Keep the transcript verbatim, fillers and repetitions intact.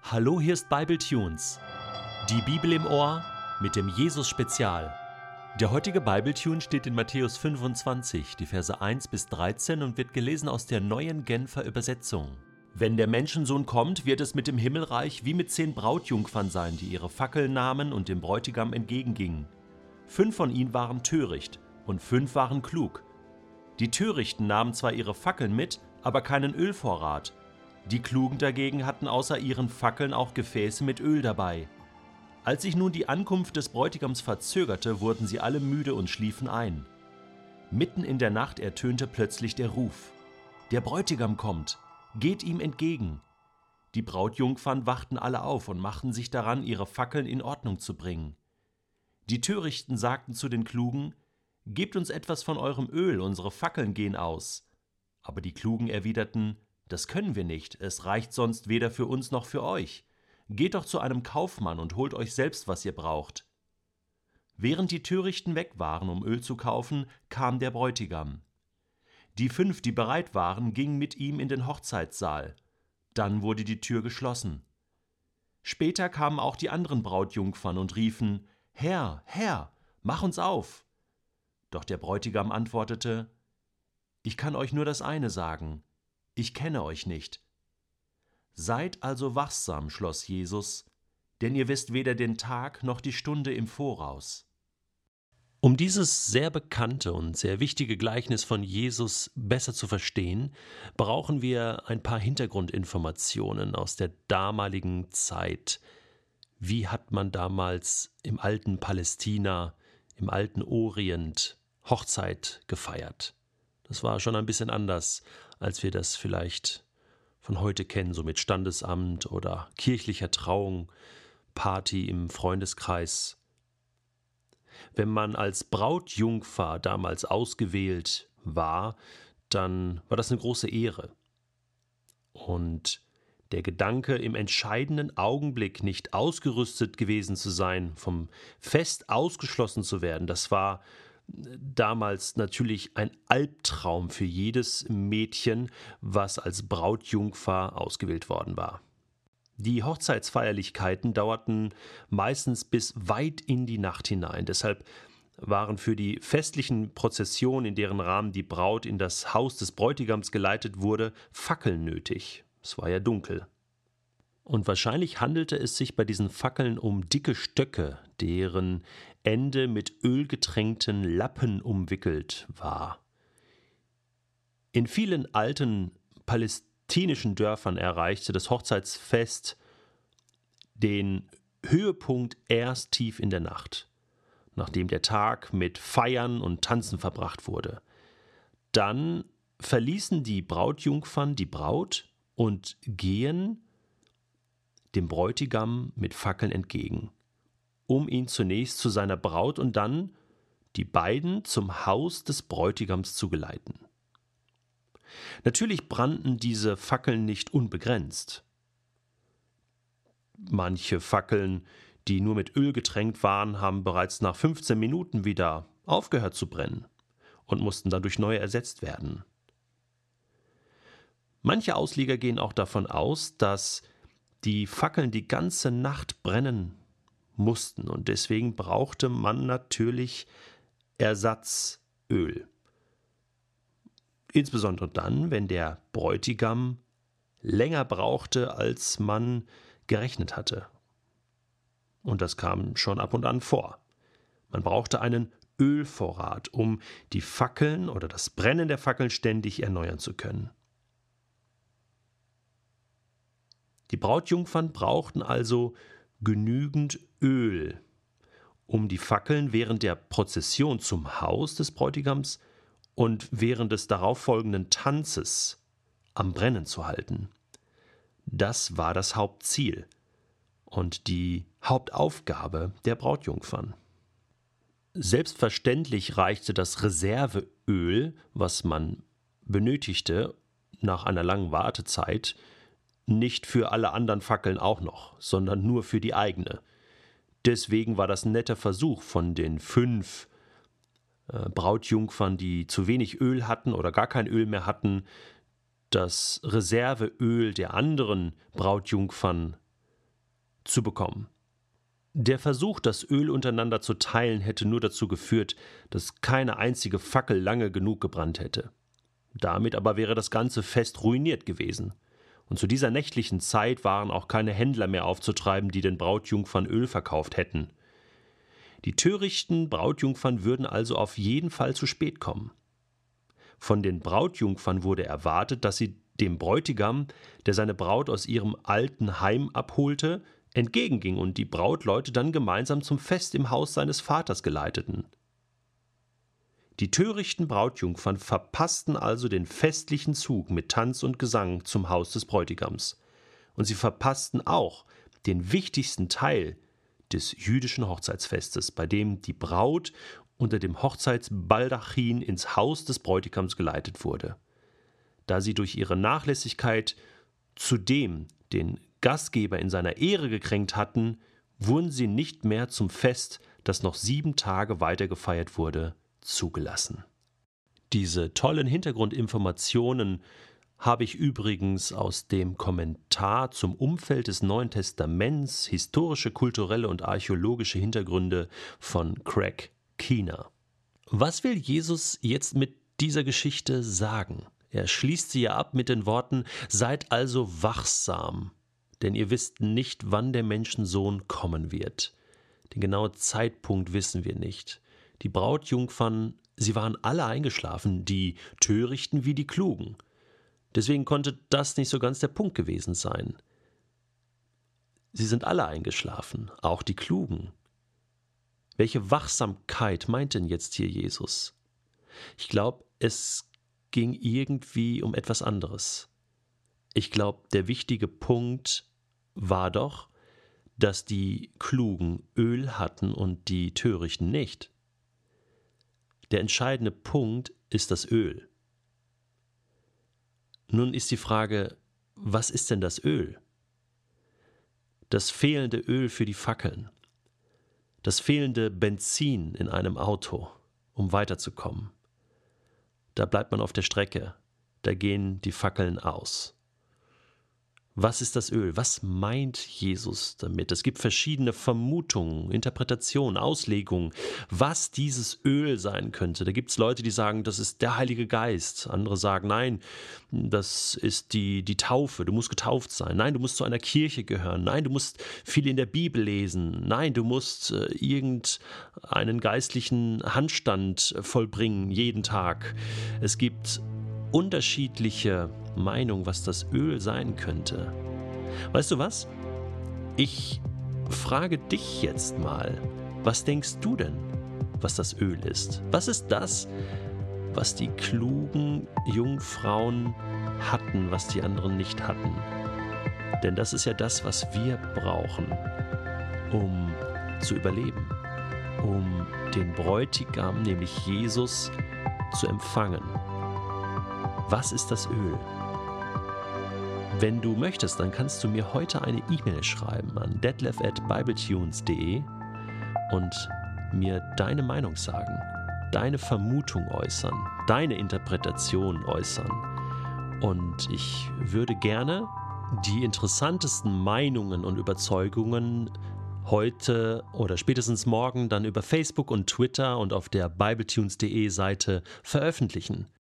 Hallo, hier ist Bibletunes. Die Bibel im Ohr mit dem Jesus-Spezial. Der heutige Bibletune steht in Matthäus fünfundzwanzig, die Verse eins bis dreizehn und wird gelesen aus der neuen Genfer Übersetzung. Wenn der Menschensohn kommt, wird es mit dem Himmelreich wie mit zehn Brautjungfern sein, die ihre Fackeln nahmen und dem Bräutigam entgegengingen. Fünf von ihnen waren töricht und fünf waren klug. Die Törichten nahmen zwar ihre Fackeln mit, aber keinen Ölvorrat. Die Klugen dagegen hatten außer ihren Fackeln auch Gefäße mit Öl dabei. Als sich nun die Ankunft des Bräutigams verzögerte, wurden sie alle müde und schliefen ein. Mitten in der Nacht ertönte plötzlich der Ruf: Der Bräutigam kommt, geht ihm entgegen. Die Brautjungfern wachten alle auf und machten sich daran, ihre Fackeln in Ordnung zu bringen. Die Törichten sagten zu den Klugen: Gebt uns etwas von eurem Öl, unsere Fackeln gehen aus. Aber die Klugen erwiderten: Das können wir nicht, es reicht sonst weder für uns noch für euch. Geht doch zu einem Kaufmann und holt euch selbst, was ihr braucht. Während die Törichten weg waren, um Öl zu kaufen, kam der Bräutigam. Die fünf, die bereit waren, gingen mit ihm in den Hochzeitssaal. Dann wurde die Tür geschlossen. Später kamen auch die anderen Brautjungfern und riefen: Herr, Herr, mach uns auf! Doch der Bräutigam antwortete: Ich kann euch nur das eine sagen: Ich kenne euch nicht. Seid also wachsam, schloss Jesus, denn ihr wisst weder den Tag noch die Stunde im Voraus. Um dieses sehr bekannte und sehr wichtige Gleichnis von Jesus besser zu verstehen, brauchen wir ein paar Hintergrundinformationen aus der damaligen Zeit. Wie hat man damals im alten Palästina, im alten Orient Hochzeit gefeiert? Das war schon ein bisschen anders, als wir das vielleicht von heute kennen, so mit Standesamt oder kirchlicher Trauung, Party im Freundeskreis. Wenn man als Brautjungfer damals ausgewählt war, dann war das eine große Ehre. Und der Gedanke, im entscheidenden Augenblick nicht ausgerüstet gewesen zu sein, vom Fest ausgeschlossen zu werden, das war damals natürlich ein Albtraum für jedes Mädchen, was als Brautjungfer ausgewählt worden war. Die Hochzeitsfeierlichkeiten dauerten meistens bis weit in die Nacht hinein. Deshalb waren für die festlichen Prozessionen, in deren Rahmen die Braut in das Haus des Bräutigams geleitet wurde, Fackeln nötig. Es war ja dunkel. Und wahrscheinlich handelte es sich bei diesen Fackeln um dicke Stöcke, deren Ende mit ölgetränkten Lappen umwickelt war. In vielen alten palästinensischen Dörfern erreichte das Hochzeitsfest den Höhepunkt erst tief in der Nacht, nachdem der Tag mit Feiern und Tanzen verbracht wurde. Dann verließen die Brautjungfern die Braut und gehen dem Bräutigam mit Fackeln entgegen, um ihn zunächst zu seiner Braut und dann die beiden zum Haus des Bräutigams zu geleiten. Natürlich brannten diese Fackeln nicht unbegrenzt. Manche Fackeln, die nur mit Öl getränkt waren, haben bereits nach fünfzehn Minuten wieder aufgehört zu brennen und mussten dadurch neue ersetzt werden. Manche Ausleger gehen auch davon aus, dass die Fackeln die ganze Nacht brennen mussten und deswegen brauchte man natürlich Ersatzöl. Insbesondere dann, wenn der Bräutigam länger brauchte, als man gerechnet hatte. Und das kam schon ab und an vor. Man brauchte einen Ölvorrat, um die Fackeln oder das Brennen der Fackeln ständig erneuern zu können. Die Brautjungfern brauchten also genügend Öl, um die Fackeln während der Prozession zum Haus des Bräutigams und während des darauffolgenden Tanzes am Brennen zu halten. Das war das Hauptziel und die Hauptaufgabe der Brautjungfern. Selbstverständlich reichte das Reserveöl, was man benötigte, nach einer langen Wartezeit, nicht für alle anderen Fackeln auch noch, sondern nur für die eigene. Deswegen war das ein netter Versuch von den fünf äh, Brautjungfern, die zu wenig Öl hatten oder gar kein Öl mehr hatten, das Reserveöl der anderen Brautjungfern zu bekommen. Der Versuch, das Öl untereinander zu teilen, hätte nur dazu geführt, dass keine einzige Fackel lange genug gebrannt hätte. Damit aber wäre das ganze Fest ruiniert gewesen. Und zu dieser nächtlichen Zeit waren auch keine Händler mehr aufzutreiben, die den Brautjungfern Öl verkauft hätten. Die törichten Brautjungfern würden also auf jeden Fall zu spät kommen. Von den Brautjungfern wurde erwartet, dass sie dem Bräutigam, der seine Braut aus ihrem alten Heim abholte, entgegenging und die Brautleute dann gemeinsam zum Fest im Haus seines Vaters geleiteten. Die törichten Brautjungfern verpassten also den festlichen Zug mit Tanz und Gesang zum Haus des Bräutigams. Und sie verpassten auch den wichtigsten Teil des jüdischen Hochzeitsfestes, bei dem die Braut unter dem Hochzeitsbaldachin ins Haus des Bräutigams geleitet wurde. Da sie durch ihre Nachlässigkeit zudem den Gastgeber in seiner Ehre gekränkt hatten, wurden sie nicht mehr zum Fest, das noch sieben Tage weiter gefeiert wurde, zugelassen. Diese tollen Hintergrundinformationen habe ich übrigens aus dem Kommentar zum Umfeld des Neuen Testaments, historische, kulturelle und archäologische Hintergründe von Craig Keener. Was will Jesus jetzt mit dieser Geschichte sagen? Er schließt sie ja ab mit den Worten: Seid also wachsam, denn ihr wisst nicht, wann der Menschensohn kommen wird. Den genauen Zeitpunkt wissen wir nicht. Die Brautjungfern, sie waren alle eingeschlafen, die Törichten wie die Klugen. Deswegen konnte das nicht so ganz der Punkt gewesen sein. Sie sind alle eingeschlafen, auch die Klugen. Welche Wachsamkeit meint denn jetzt hier Jesus? Ich glaube, es ging irgendwie um etwas anderes. Ich glaube, der wichtige Punkt war doch, dass die Klugen Öl hatten und die Törichten nicht. Der entscheidende Punkt ist das Öl. Nun ist die Frage, was ist denn das Öl? Das fehlende Öl für die Fackeln. Das fehlende Benzin in einem Auto, um weiterzukommen. Da bleibt man auf der Strecke, da gehen die Fackeln aus. Was ist das Öl? Was meint Jesus damit? Es gibt verschiedene Vermutungen, Interpretationen, Auslegungen, was dieses Öl sein könnte. Da gibt es Leute, die sagen, das ist der Heilige Geist. Andere sagen, nein, das ist die, die Taufe. Du musst getauft sein. Nein, du musst zu einer Kirche gehören. Nein, du musst viel in der Bibel lesen. Nein, du musst äh, irgendeinen geistlichen Handstand vollbringen, jeden Tag. Es gibt unterschiedliche Meinung, was das Öl sein könnte. Weißt du was? Ich frage dich jetzt mal, was denkst du denn, was das Öl ist? Was ist das, was die klugen Jungfrauen hatten, was die anderen nicht hatten? Denn das ist ja das, was wir brauchen, um zu überleben, um den Bräutigam, nämlich Jesus, zu empfangen. Was ist das Öl? Wenn du möchtest, dann kannst du mir heute eine E-Mail schreiben an detlef at bibletunes punkt de und mir deine Meinung sagen, deine Vermutung äußern, deine Interpretation äußern. Und ich würde gerne die interessantesten Meinungen und Überzeugungen heute oder spätestens morgen dann über Facebook und Twitter und auf der bibletunes punkt de Seite veröffentlichen.